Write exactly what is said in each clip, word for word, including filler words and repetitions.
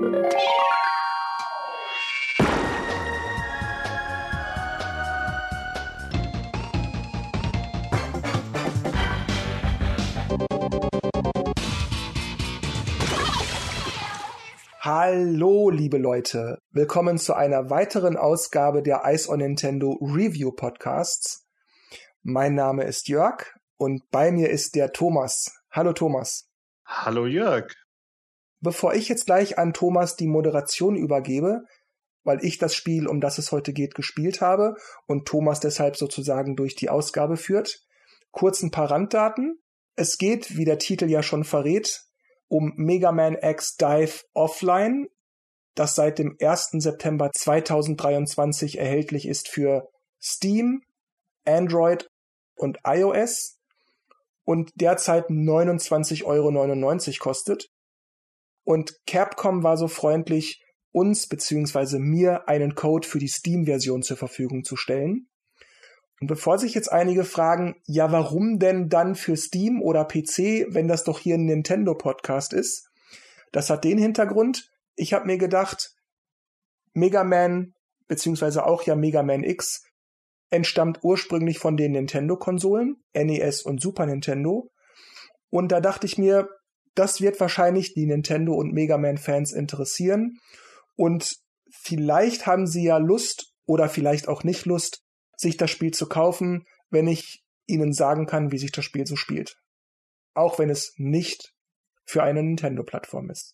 Hallo, liebe Leute. Willkommen zu einer weiteren Ausgabe der Ice on Nintendo Review Podcasts. Mein Name ist Jörg und bei mir ist der Thomas. Hallo, Thomas. Hallo, Jörg. Bevor ich jetzt gleich an Thomas die Moderation übergebe, weil ich das Spiel, um das es heute geht, gespielt habe und Thomas deshalb sozusagen durch die Ausgabe führt, kurz ein paar Randdaten. Es geht, wie der Titel ja schon verrät, um Mega Man X Dive Offline, das seit dem ersten September zweitausenddreiundzwanzig erhältlich ist für Steam, Android und iOS und derzeit neunundzwanzig Euro neunundneunzig kostet. Und Capcom war so freundlich, uns bzw. mir einen Code für die Steam-Version zur Verfügung zu stellen. Und bevor sich jetzt einige fragen, ja, warum denn dann für Steam oder P C, wenn das doch hier ein Nintendo-Podcast ist? Das hat den Hintergrund, ich habe mir gedacht, Mega Man, beziehungsweise auch ja Mega Man X, entstammt ursprünglich von den Nintendo-Konsolen, N E S und Super Nintendo. Und da dachte ich mir, das wird wahrscheinlich die Nintendo- und Mega Man-Fans interessieren. Und vielleicht haben sie ja Lust oder vielleicht auch nicht Lust, sich das Spiel zu kaufen, wenn ich ihnen sagen kann, wie sich das Spiel so spielt. Auch wenn es nicht für eine Nintendo-Plattform ist.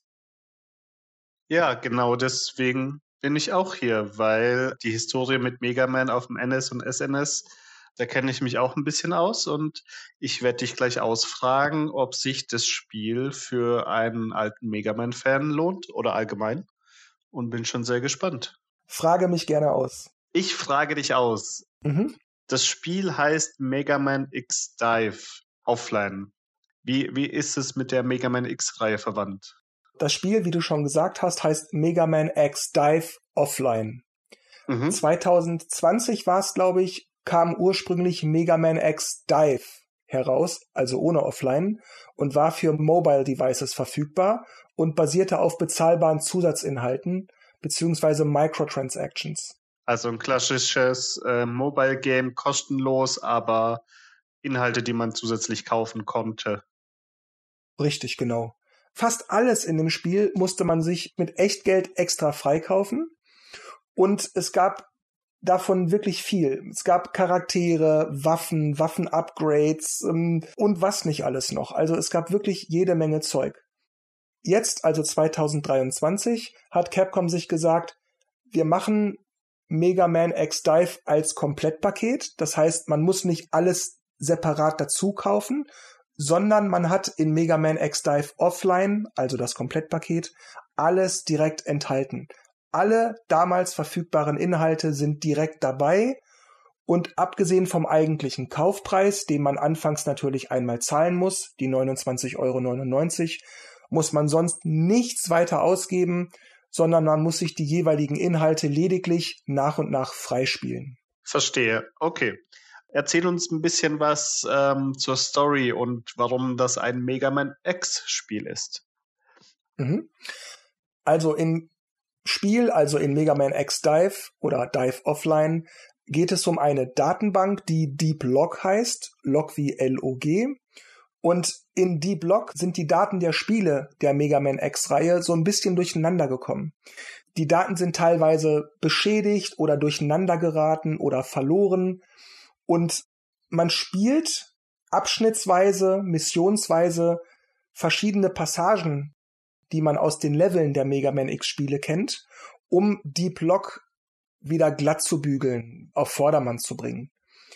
Ja, genau deswegen bin ich auch hier, weil die Historie mit Mega Man auf dem N E S und S N E S, da kenne ich mich auch ein bisschen aus und ich werde dich gleich ausfragen, ob sich das Spiel für einen alten Mega Man-Fan lohnt oder allgemein und bin schon sehr gespannt. Frage mich gerne aus. Ich frage dich aus. Mhm. Das Spiel heißt Mega Man X Dive Offline. Wie, wie ist es mit der Mega Man X-Reihe verwandt? Das Spiel, wie du schon gesagt hast, heißt Mega Man X Dive Offline. Mhm. zwanzig zwanzig war es, glaube ich, kam ursprünglich Mega Man X Dive heraus, also ohne Offline, und war für Mobile Devices verfügbar und basierte auf bezahlbaren Zusatzinhalten bzw. Microtransactions. Also ein klassisches äh, Mobile-Game, kostenlos, aber Inhalte, die man zusätzlich kaufen konnte. Richtig, genau. Fast alles in dem Spiel musste man sich mit Echtgeld extra freikaufen. Und es gab davon wirklich viel. Es gab Charaktere, Waffen, Waffen-Upgrades ähm, und was nicht alles noch. Also es gab wirklich jede Menge Zeug. Jetzt, also zweitausenddreiundzwanzig, hat Capcom sich gesagt, wir machen Mega Man X Dive als Komplettpaket. Das heißt, man muss nicht alles separat dazu kaufen, sondern man hat in Mega Man X Dive Offline, also das Komplettpaket, alles direkt enthalten. Alle damals verfügbaren Inhalte sind direkt dabei und abgesehen vom eigentlichen Kaufpreis, den man anfangs natürlich einmal zahlen muss, die neunundzwanzig Euro neunundneunzig, muss man sonst nichts weiter ausgeben, sondern man muss sich die jeweiligen Inhalte lediglich nach und nach freispielen. Verstehe, okay. Erzähl uns ein bisschen was ähm, zur Story und warum das ein Mega Man X-Spiel ist. Mhm. Also im Spiel, also in Mega Man X Dive oder Dive Offline, geht es um eine Datenbank, die Deep Log heißt, Log wie L O G. Und in Deep Log sind die Daten der Spiele der Mega Man X-Reihe so ein bisschen durcheinander gekommen. Die Daten sind teilweise beschädigt oder durcheinander geraten oder verloren. Und man spielt abschnittsweise, missionsweise verschiedene Passagen, die man aus den Leveln der Mega Man X-Spiele kennt, um Deep Log wieder glatt zu bügeln, auf Vordermann zu bringen.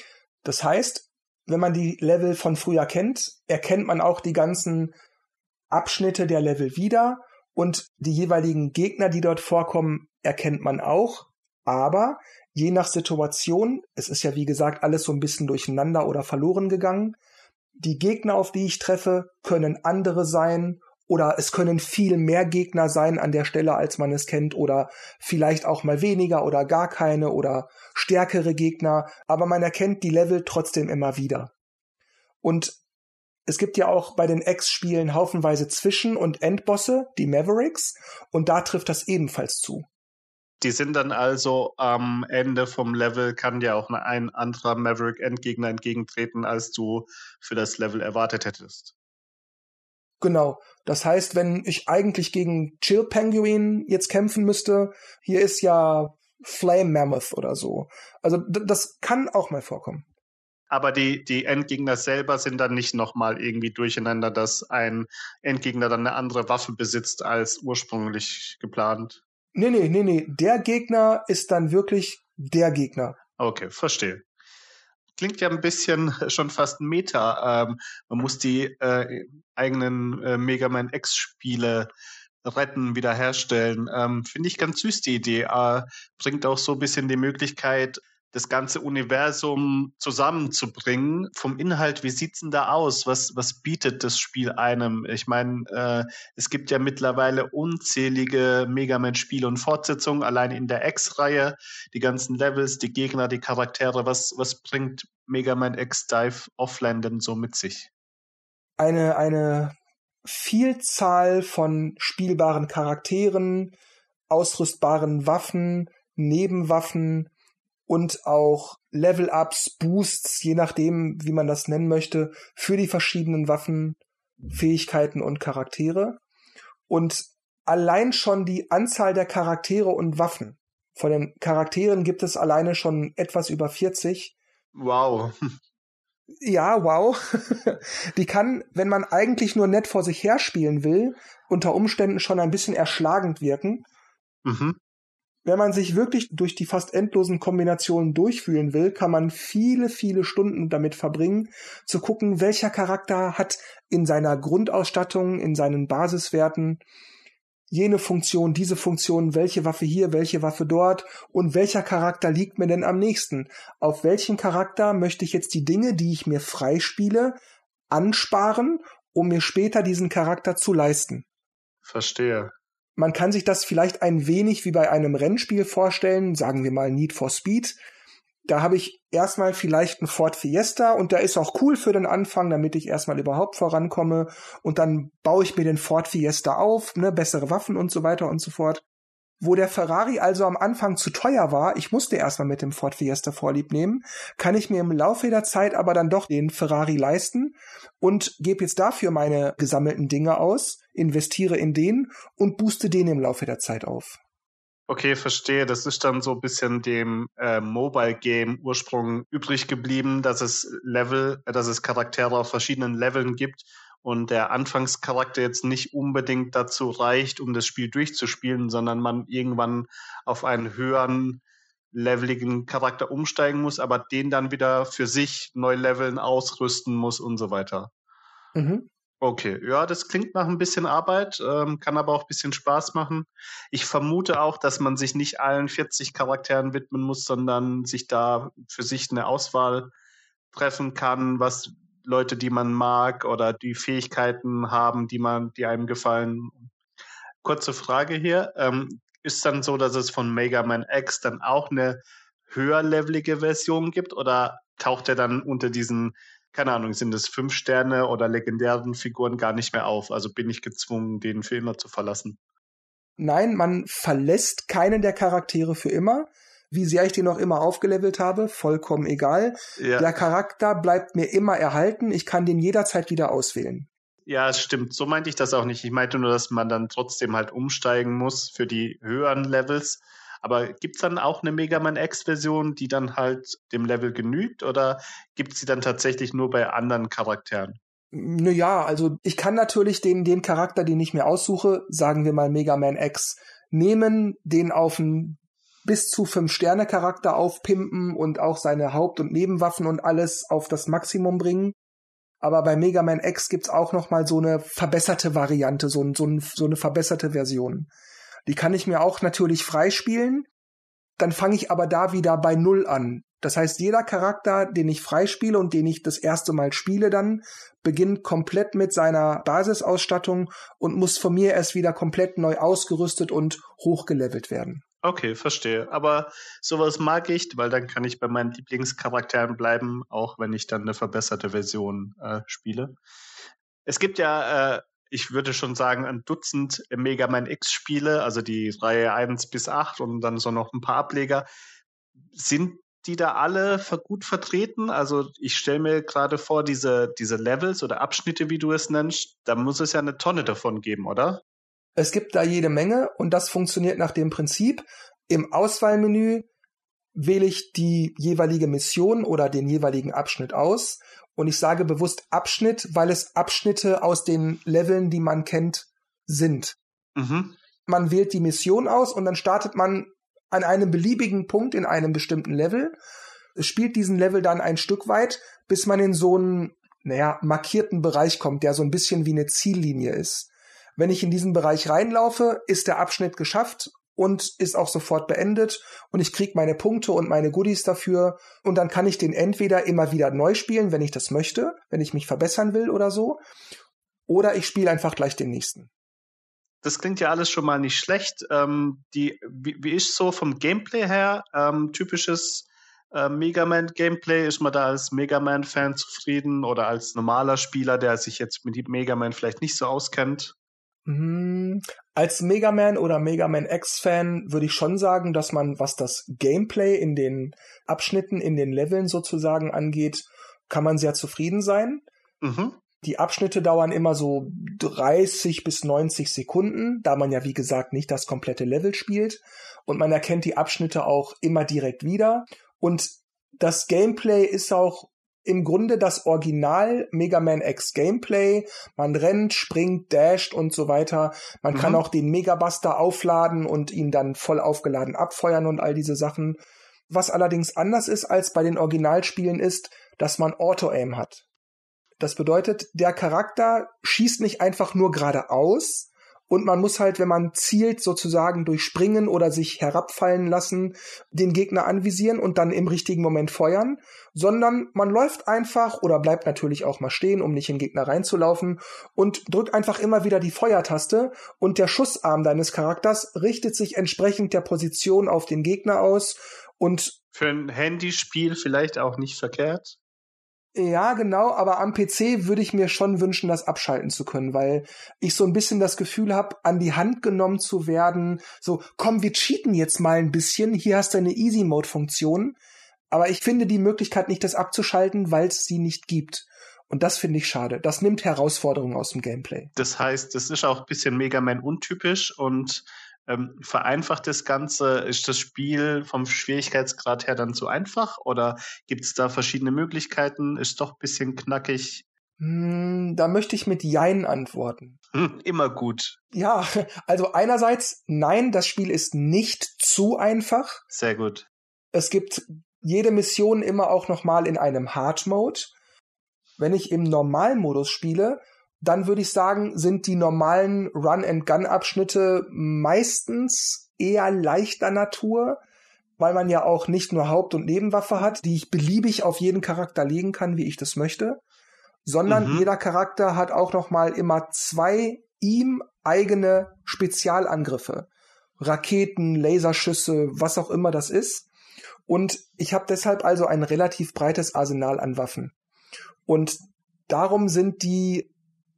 Das heißt, wenn man die Level von früher kennt, erkennt man auch die ganzen Abschnitte der Level wieder und die jeweiligen Gegner, die dort vorkommen, erkennt man auch. Aber je nach Situation, es ist ja wie gesagt alles so ein bisschen durcheinander oder verloren gegangen, die Gegner, auf die ich treffe, können andere sein oder es können viel mehr Gegner sein an der Stelle, als man es kennt oder vielleicht auch mal weniger oder gar keine oder stärkere Gegner, aber man erkennt die Level trotzdem immer wieder. Und Es gibt ja auch bei den X-Spielen haufenweise Zwischen- und Endbosse, die Mavericks, und da trifft das ebenfalls zu. Die sind dann also am Ende vom Level, kann ja auch ein anderer Maverick-Endgegner entgegentreten, als du für das Level erwartet hättest. Genau. Das heißt, wenn ich eigentlich gegen Chill Penguin jetzt kämpfen müsste, hier ist ja Flame Mammoth oder so. Also d- das kann auch mal vorkommen. Aber die, die Endgegner selber sind dann nicht nochmal irgendwie durcheinander, dass ein Endgegner dann eine andere Waffe besitzt als ursprünglich geplant. Nee, nee, nee, nee. Der Gegner ist dann wirklich der Gegner. Okay, verstehe. Klingt ja ein bisschen schon fast Meta. Ähm, man muss die äh, eigenen äh, Mega Man X-Spiele retten, wiederherstellen. Ähm, Finde ich ganz süß, die Idee. Äh, bringt auch so ein bisschen die Möglichkeit, das ganze Universum zusammenzubringen. Vom Inhalt, wie sieht's denn da aus? Was, was bietet das Spiel einem? Ich meine, äh, es gibt ja mittlerweile unzählige Mega Man-Spiele und Fortsetzungen, allein in der X-Reihe, die ganzen Levels, die Gegner, die Charaktere. Was, was bringt Mega Man X Dive Offline denn so mit sich? Eine, eine Vielzahl von spielbaren Charakteren, ausrüstbaren Waffen, Nebenwaffen und auch Level-Ups, Boosts, je nachdem, wie man das nennen möchte, für die verschiedenen Waffen, Fähigkeiten und Charaktere. Und allein schon die Anzahl der Charaktere und Waffen. Von den Charakteren gibt es alleine schon etwas über vierzig. Wow. Ja, wow. Die kann, wenn man eigentlich nur nett vor sich her spielen will, unter Umständen schon ein bisschen erschlagend wirken. Mhm. Wenn man sich wirklich durch die fast endlosen Kombinationen durchfühlen will, kann man viele, viele Stunden damit verbringen, zu gucken, welcher Charakter hat in seiner Grundausstattung, in seinen Basiswerten jene Funktion, diese Funktion, welche Waffe hier, welche Waffe dort und welcher Charakter liegt mir denn am nächsten? Auf welchen Charakter möchte ich jetzt die Dinge, die ich mir freispiele, ansparen, um mir später diesen Charakter zu leisten? Verstehe. Man kann sich das vielleicht ein wenig wie bei einem Rennspiel vorstellen, sagen wir mal Need for Speed. Da habe ich erstmal vielleicht einen Ford Fiesta und der ist auch cool für den Anfang, damit ich erstmal überhaupt vorankomme. Und dann baue ich mir den Ford Fiesta auf, ne, bessere Waffen und so weiter und so fort. Wo der Ferrari also am Anfang zu teuer war, ich musste erstmal mit dem Ford Fiesta Vorlieb nehmen, kann ich mir im Laufe der Zeit aber dann doch den Ferrari leisten und gebe jetzt dafür meine gesammelten Dinge aus, investiere in den und booste den im Laufe der Zeit auf. Okay, verstehe. Das ist dann so ein bisschen dem äh, Mobile-Game-Ursprung übrig geblieben, dass es Level, äh, dass es Charaktere auf verschiedenen Leveln gibt und der Anfangscharakter jetzt nicht unbedingt dazu reicht, um das Spiel durchzuspielen, sondern man irgendwann auf einen höheren leveligen Charakter umsteigen muss, aber den dann wieder für sich neu leveln, ausrüsten muss und so weiter. Mhm. Okay, ja, das klingt nach ein bisschen Arbeit, ähm, kann aber auch ein bisschen Spaß machen. Ich vermute auch, dass man sich nicht allen vierzig Charakteren widmen muss, sondern sich da für sich eine Auswahl treffen kann, was Leute, die man mag oder die Fähigkeiten haben, die man, die einem gefallen. Kurze Frage hier. Ähm, ist dann so, dass es von Mega Man X dann auch eine höherlevelige Version gibt oder taucht er dann unter diesen, keine Ahnung, sind es fünf Sterne oder legendären Figuren gar nicht mehr auf? Also bin ich gezwungen, den für immer zu verlassen? Nein, man verlässt keinen der Charaktere für immer. Wie sehr ich den noch immer aufgelevelt habe, vollkommen egal. Ja. Der Charakter bleibt mir immer erhalten. Ich kann den jederzeit wieder auswählen. Ja, es stimmt. So meinte ich das auch nicht. Ich meinte nur, dass man dann trotzdem halt umsteigen muss für die höheren Levels. Aber gibt's dann auch eine Mega Man X-Version, die dann halt dem Level genügt? Oder gibt's sie dann tatsächlich nur bei anderen Charakteren? Naja, also ich kann natürlich den, den Charakter, den ich mir aussuche, sagen wir mal Mega Man X, nehmen, den auf einen bis zu fünf Sterne Charakter aufpimpen und auch seine Haupt- und Nebenwaffen und alles auf das Maximum bringen. Aber bei Mega Man X gibt's auch noch mal so eine verbesserte Variante, so, ein, so, ein, so eine verbesserte Version. Die kann ich mir auch natürlich freispielen. Dann fange ich aber da wieder bei Null an. Das heißt, jeder Charakter, den ich freispiele und den ich das erste Mal spiele dann, beginnt komplett mit seiner Basisausstattung und muss von mir erst wieder komplett neu ausgerüstet und hochgelevelt werden. Okay, verstehe. Aber sowas mag ich, weil dann kann ich bei meinen Lieblingscharakteren bleiben, auch wenn ich dann eine verbesserte Version äh, spiele. Es gibt ja, äh, ich würde schon sagen, ein Dutzend Mega Man X-Spiele, also die Reihe eins bis acht und dann so noch ein paar Ableger. Sind die da alle gut vertreten? Also ich stelle mir gerade vor, diese, diese Levels oder Abschnitte, wie du es nennst, da muss es ja eine Tonne davon geben, oder? Es gibt da jede Menge und das funktioniert nach dem Prinzip. Im Auswahlmenü wähle ich die jeweilige Mission oder den jeweiligen Abschnitt aus. Und ich sage bewusst Abschnitt, weil es Abschnitte aus den Leveln, die man kennt, sind. Mhm. Man wählt die Mission aus und dann startet man an einem beliebigen Punkt in einem bestimmten Level. Es spielt diesen Level dann ein Stück weit, bis man in so einen, naja, markierten Bereich kommt, der so ein bisschen wie eine Ziellinie ist. Wenn ich in diesen Bereich reinlaufe, ist der Abschnitt geschafft und ist auch sofort beendet und ich kriege meine Punkte und meine Goodies dafür und dann kann ich den entweder immer wieder neu spielen, wenn ich das möchte, wenn ich mich verbessern will oder so, oder ich spiele einfach gleich den nächsten. Das klingt ja alles schon mal nicht schlecht. Ähm, die, wie, wie ist so vom Gameplay her ähm, typisches äh, Mega Man Gameplay? Ist man da als Mega Man Fan zufrieden oder als normaler Spieler, der sich jetzt mit Mega Man vielleicht nicht so auskennt? Hm, als Mega Man oder Mega Man X-Fan würde ich schon sagen, dass man, was das Gameplay in den Abschnitten, in den Leveln sozusagen angeht, kann man sehr zufrieden sein. Mhm. Die Abschnitte dauern immer so dreißig bis neunzig Sekunden, da man ja wie gesagt nicht das komplette Level spielt. Und man erkennt die Abschnitte auch immer direkt wieder. Und das Gameplay ist auch im Grunde das Original Mega Man X Gameplay. Man rennt, springt, dasht und so weiter. Man mhm. kann auch den Megabuster aufladen und ihn dann voll aufgeladen abfeuern und all diese Sachen. Was allerdings anders ist als bei den Originalspielen ist, dass man Auto-Aim hat. Das bedeutet, der Charakter schießt nicht einfach nur geradeaus und man muss halt, wenn man zielt, sozusagen durch Springen oder sich herabfallen lassen, den Gegner anvisieren und dann im richtigen Moment feuern, sondern man läuft einfach oder bleibt natürlich auch mal stehen, um nicht in den Gegner reinzulaufen und drückt einfach immer wieder die Feuertaste und der Schussarm deines Charakters richtet sich entsprechend der Position auf den Gegner aus und für ein Handyspiel vielleicht auch nicht verkehrt. Ja, genau, aber am P C würde ich mir schon wünschen, das abschalten zu können, weil ich so ein bisschen das Gefühl habe, an die Hand genommen zu werden, so, komm, wir cheaten jetzt mal ein bisschen, hier hast du eine Easy-Mode-Funktion, aber ich finde die Möglichkeit nicht, das abzuschalten, weil es sie nicht gibt. Und das finde ich schade. Das nimmt Herausforderungen aus dem Gameplay. Das heißt, das ist auch ein bisschen Mega Man untypisch und ähm, vereinfacht das Ganze. Ist das Spiel vom Schwierigkeitsgrad her dann zu einfach oder gibt es da verschiedene Möglichkeiten? Ist doch ein bisschen knackig? Hm, da möchte ich mit Jein antworten. Hm, immer gut. Ja, also einerseits, nein, das Spiel ist nicht zu einfach. Sehr gut. Es gibt jede Mission immer auch nochmal in einem Hard-Mode. Wenn ich im Normalmodus spiele, dann würde ich sagen, sind die normalen Run-and-Gun-Abschnitte meistens eher leichter Natur, weil man ja auch nicht nur Haupt- und Nebenwaffe hat, die ich beliebig auf jeden Charakter legen kann, wie ich das möchte, sondern mhm. jeder Charakter hat auch noch mal immer zwei ihm eigene Spezialangriffe. Raketen, Laserschüsse, was auch immer das ist. Und ich habe deshalb also ein relativ breites Arsenal an Waffen. Und darum sind die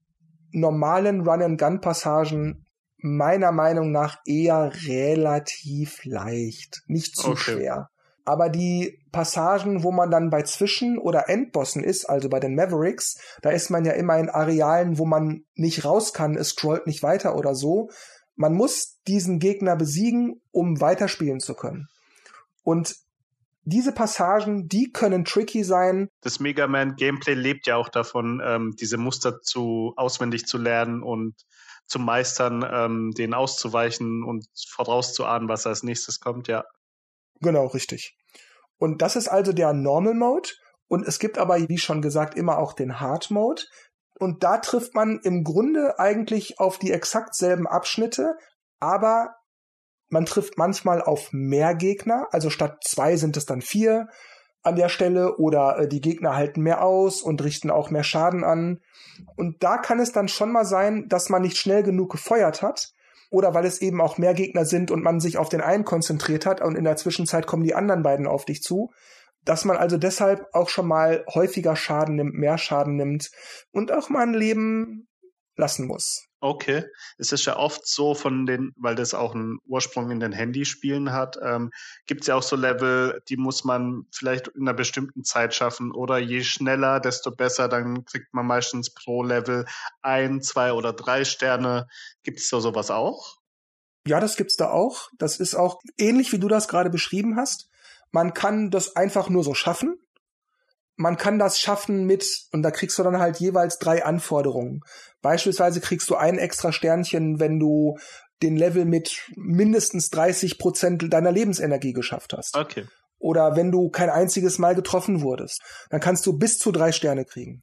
normalen Run-and-Gun-Passagen meiner Meinung nach eher relativ leicht, nicht zu okay. schwer. Aber die Passagen, wo man dann bei Zwischen- oder Endbossen ist, also bei den Mavericks, da ist man ja immer in Arealen, wo man nicht raus kann, es scrollt nicht weiter oder so. Man muss diesen Gegner besiegen, um weiterspielen zu können. Und diese Passagen, die können tricky sein. Das Mega Man Gameplay lebt ja auch davon, ähm, diese Muster zu auswendig zu lernen und zu meistern, ähm, denen auszuweichen und vorauszuahnen, was als nächstes kommt, ja. Genau, richtig. Und das ist also der Normal Mode. Und es gibt aber, wie schon gesagt, immer auch den Hard Mode. Und da trifft man im Grunde eigentlich auf die exakt selben Abschnitte, aber man trifft manchmal auf mehr Gegner, also statt zwei sind es dann vier an der Stelle oder äh, die Gegner halten mehr aus und richten auch mehr Schaden an. Und da kann es dann schon mal sein, dass man nicht schnell genug gefeuert hat oder weil es eben auch mehr Gegner sind und man sich auf den einen konzentriert hat und in der Zwischenzeit kommen die anderen beiden auf dich zu, dass man also deshalb auch schon mal häufiger Schaden nimmt, mehr Schaden nimmt und auch mal ein Leben lassen muss. Okay, es ist ja oft so von den, weil das auch einen Ursprung in den Handyspielen hat, ähm, gibt es ja auch so Level, die muss man vielleicht in einer bestimmten Zeit schaffen oder je schneller, desto besser, dann kriegt man meistens pro Level ein, zwei oder drei Sterne. Gibt es da sowas auch? Ja, das gibt's da auch. Das ist auch ähnlich, wie du das gerade beschrieben hast. Man kann das einfach nur so schaffen. Man kann das schaffen mit, und da kriegst du dann halt jeweils drei Anforderungen. Beispielsweise kriegst du ein extra Sternchen, wenn du den Level mit mindestens dreißig Prozent deiner Lebensenergie geschafft hast. Okay. Oder wenn du kein einziges Mal getroffen wurdest. Dann kannst du bis zu drei Sterne kriegen.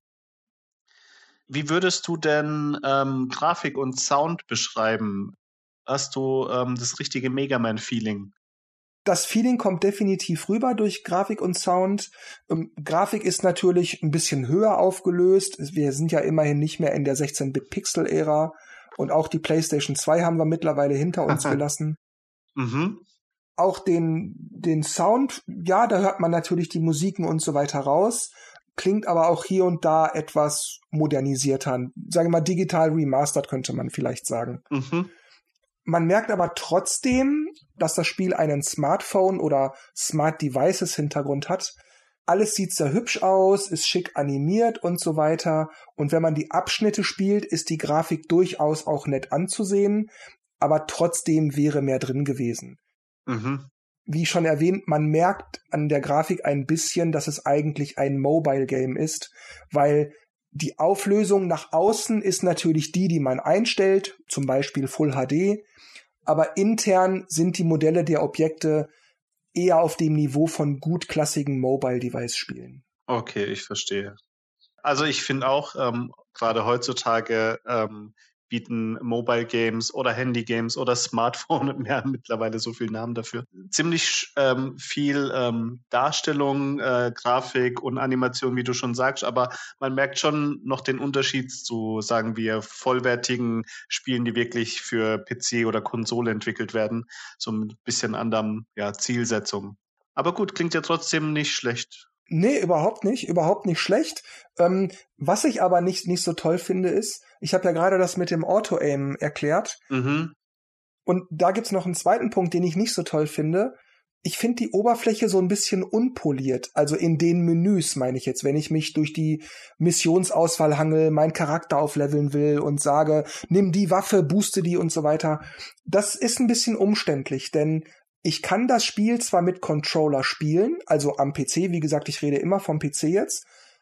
Wie würdest du denn ähm, Grafik und Sound beschreiben? Hast du ähm, das richtige Mega Man-Feeling? Das Feeling kommt definitiv rüber durch Grafik und Sound. Ähm, Grafik ist natürlich ein bisschen höher aufgelöst. Wir sind ja immerhin nicht mehr in der sechzehn-Bit-Pixel-Ära. Und auch die PlayStation zwei haben wir mittlerweile hinter uns gelassen. Mhm. Auch den, den Sound, ja, da hört man natürlich die Musiken und so weiter raus. Klingt aber auch hier und da etwas modernisierter. Sagen wir mal, digital remastered könnte man vielleicht sagen. Mhm. Man merkt aber trotzdem, dass das Spiel einen Smartphone- oder Smart-Devices-Hintergrund hat. Alles sieht sehr hübsch aus, ist schick animiert und so weiter. Und wenn man die Abschnitte spielt, ist die Grafik durchaus auch nett anzusehen. Aber trotzdem wäre mehr drin gewesen. Mhm. Wie schon erwähnt, man merkt an der Grafik ein bisschen, dass es eigentlich ein Mobile-Game ist, weil die Auflösung nach außen ist natürlich die, die man einstellt, zum Beispiel Full H D, aber intern sind die Modelle der Objekte eher auf dem Niveau von gutklassigen Mobile-Device-Spielen. Okay, ich verstehe. Also ich finde auch, ähm, gerade heutzutage ähm, bieten Mobile Games oder Handy Games oder Smartphone, wir haben mittlerweile so viele Namen dafür, ziemlich ähm, viel ähm, Darstellung, äh, Grafik und Animation, wie du schon sagst, aber man merkt schon noch den Unterschied zu, sagen wir, vollwertigen Spielen, die wirklich für P C oder Konsole entwickelt werden, so ein bisschen anderem, ja, Zielsetzung. Aber gut, klingt ja trotzdem nicht schlecht. Nee, überhaupt nicht, überhaupt nicht schlecht. Ähm, was ich aber nicht, nicht so toll finde, ist, ich habe ja gerade das mit dem Auto-Aim erklärt. Mhm. Und da gibt's noch einen zweiten Punkt, den ich nicht so toll finde. Ich finde die Oberfläche so ein bisschen unpoliert. Also in den Menüs, meine ich jetzt, wenn ich mich durch die Missionsauswahl hangel, meinen Charakter aufleveln will und sage, nimm die Waffe, booste die und so weiter. Das ist ein bisschen umständlich, denn ich kann das Spiel zwar mit Controller spielen, also am P C, wie gesagt, ich rede immer vom P C jetzt,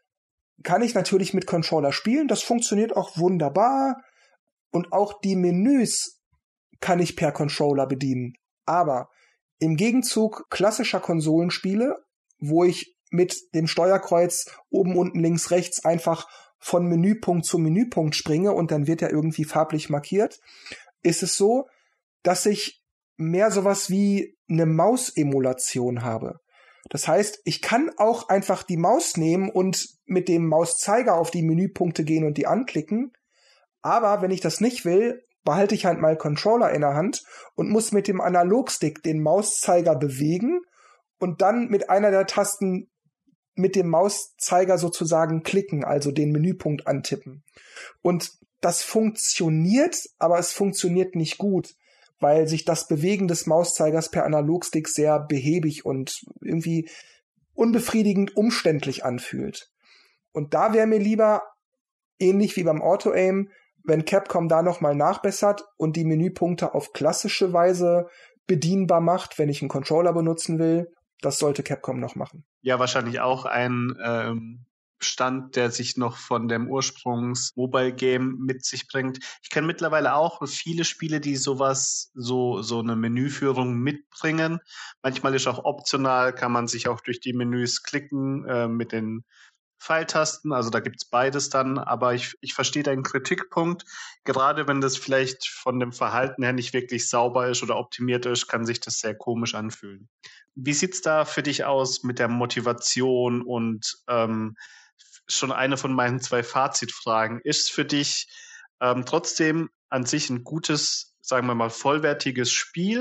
kann ich natürlich mit Controller spielen, das funktioniert auch wunderbar und auch die Menüs kann ich per Controller bedienen. Aber im Gegenzug klassischer Konsolenspiele, wo ich mit dem Steuerkreuz oben, unten, links, rechts einfach von Menüpunkt zu Menüpunkt springe und dann wird er irgendwie farblich markiert, ist es so, dass ich mehr sowas wie eine Mausemulation habe. Das heißt, ich kann auch einfach die Maus nehmen und mit dem Mauszeiger auf die Menüpunkte gehen und die anklicken. Aber wenn ich das nicht will, behalte ich halt mal Controller in der Hand und muss mit dem Analogstick den Mauszeiger bewegen und dann mit einer der Tasten mit dem Mauszeiger sozusagen klicken, also den Menüpunkt antippen. Und das funktioniert, aber es funktioniert nicht gut, weil sich das Bewegen des Mauszeigers per Analogstick sehr behäbig und irgendwie unbefriedigend umständlich anfühlt. Und da wäre mir lieber, ähnlich wie beim Auto-Aim, wenn Capcom da nochmal nachbessert und die Menüpunkte auf klassische Weise bedienbar macht, wenn ich einen Controller benutzen will. Das sollte Capcom noch machen. Ja, wahrscheinlich auch ein ähm, Stand, der sich noch von dem Ursprungs-Mobile-Game mit sich bringt. Ich kenne mittlerweile auch viele Spiele, die sowas, so, so eine Menüführung mitbringen. Manchmal ist auch optional, kann man sich auch durch die Menüs klicken äh, mit den Pfeiltasten, also da gibt's beides dann, aber ich, ich verstehe deinen Kritikpunkt. Gerade wenn das vielleicht von dem Verhalten her nicht wirklich sauber ist oder optimiert ist, kann sich das sehr komisch anfühlen. Wie sieht's da für dich aus mit der Motivation und ähm, schon eine von meinen zwei Fazitfragen. Ist für dich ähm, trotzdem an sich ein gutes, sagen wir mal, vollwertiges Spiel?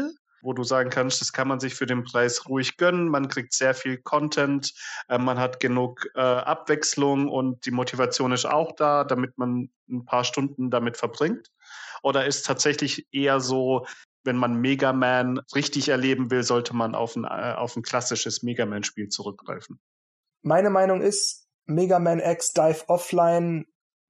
wo du sagen kannst, das kann man sich für den Preis ruhig gönnen. Man kriegt sehr viel Content, äh, man hat genug äh, Abwechslung und die Motivation ist auch da, damit man ein paar Stunden damit verbringt? Oder ist tatsächlich eher so, wenn man Mega Man richtig erleben will, sollte man auf ein, äh, auf ein klassisches Mega Man-Spiel zurückgreifen? Meine Meinung ist, Mega Man X Dive Offline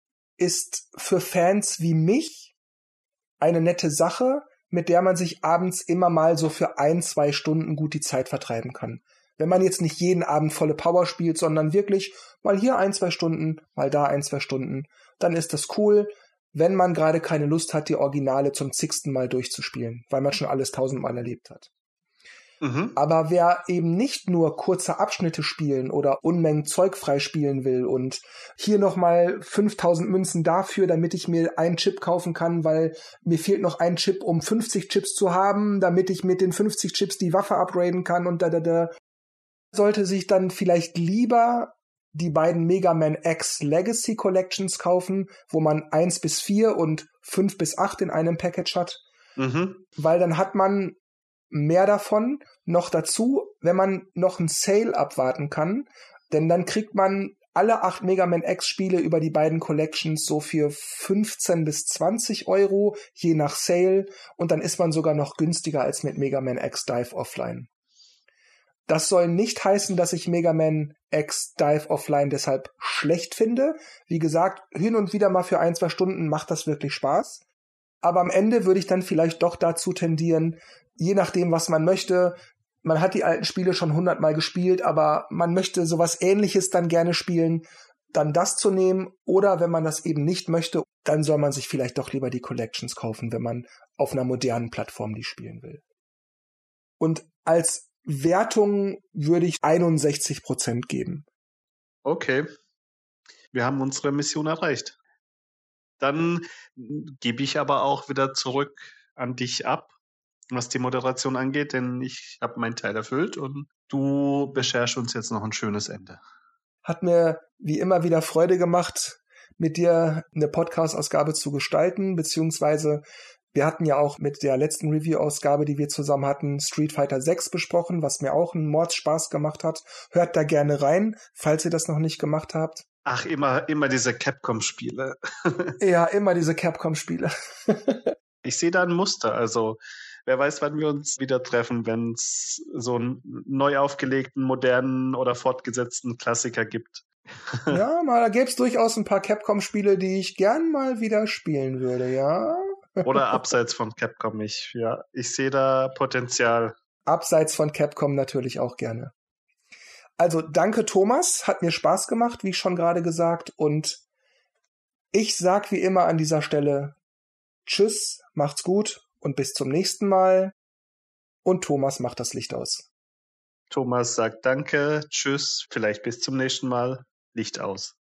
ist für Fans wie mich eine nette Sache, mit der man sich abends immer mal so für ein, zwei Stunden gut die Zeit vertreiben kann. Wenn man jetzt nicht jeden Abend volle Power spielt, sondern wirklich mal hier ein, zwei Stunden, mal da ein, zwei Stunden, dann ist das cool, wenn man gerade keine Lust hat, die Originale zum zigsten Mal durchzuspielen, weil man schon alles tausendmal erlebt hat. Mhm. Aber wer eben nicht nur kurze Abschnitte spielen oder Unmengen Zeug freispielen will und hier nochmal fünftausend Münzen dafür, damit ich mir einen Chip kaufen kann, weil mir fehlt noch ein Chip, um fünfzig Chips zu haben, damit ich mit den fünfzig Chips die Waffe upgraden kann und da, da, da, sollte sich dann vielleicht lieber die beiden Mega Man X Legacy Collections kaufen, wo man eins bis vier und fünf bis acht in einem Package hat. Mhm. Weil dann hat man mehr davon. Noch dazu, wenn man noch einen Sale abwarten kann, denn dann kriegt man alle acht Mega Man X Spiele über die beiden Collections so für fünfzehn bis zwanzig Euro, je nach Sale, und dann ist man sogar noch günstiger als mit Mega Man X Dive Offline. Das soll nicht heißen, dass ich Mega Man X Dive Offline deshalb schlecht finde. Wie gesagt, hin und wieder mal für ein, zwei Stunden macht das wirklich Spaß. Aber am Ende würde ich dann vielleicht doch dazu tendieren, je nachdem, was man möchte. Man hat die alten Spiele schon hundertmal gespielt, aber man möchte sowas Ähnliches dann gerne spielen, dann das zu nehmen. Oder wenn man das eben nicht möchte, dann soll man sich vielleicht doch lieber die Collections kaufen, wenn man auf einer modernen Plattform die spielen will. Und als Wertung würde ich einundsechzig Prozent geben. Okay, wir haben unsere Mission erreicht. Dann gebe ich aber auch wieder zurück an dich ab, was die Moderation angeht, denn ich habe meinen Teil erfüllt und du bescherst uns jetzt noch ein schönes Ende. Hat mir wie immer wieder Freude gemacht, mit dir eine Podcast-Ausgabe zu gestalten, beziehungsweise wir hatten ja auch mit der letzten Review-Ausgabe, die wir zusammen hatten, Street Fighter sechs besprochen, was mir auch einen Mordspaß gemacht hat. Hört da gerne rein, falls ihr das noch nicht gemacht habt. Ach, immer, immer diese Capcom-Spiele. Ja, immer diese Capcom-Spiele. Ich sehe da ein Muster, also wer weiß, wann wir uns wieder treffen, wenn es so einen neu aufgelegten, modernen oder fortgesetzten Klassiker gibt. Ja, mal, da gäbe es durchaus ein paar Capcom-Spiele, die ich gern mal wieder spielen würde, ja. Oder abseits von Capcom. Ich, ja, ich sehe da Potenzial. Abseits von Capcom natürlich auch gerne. Also danke Thomas, hat mir Spaß gemacht, wie ich schon gerade gesagt. Und ich sag wie immer an dieser Stelle Tschüss, macht's gut und bis zum nächsten Mal. Und Thomas macht das Licht aus. Thomas sagt Danke, Tschüss, vielleicht bis zum nächsten Mal, Licht aus.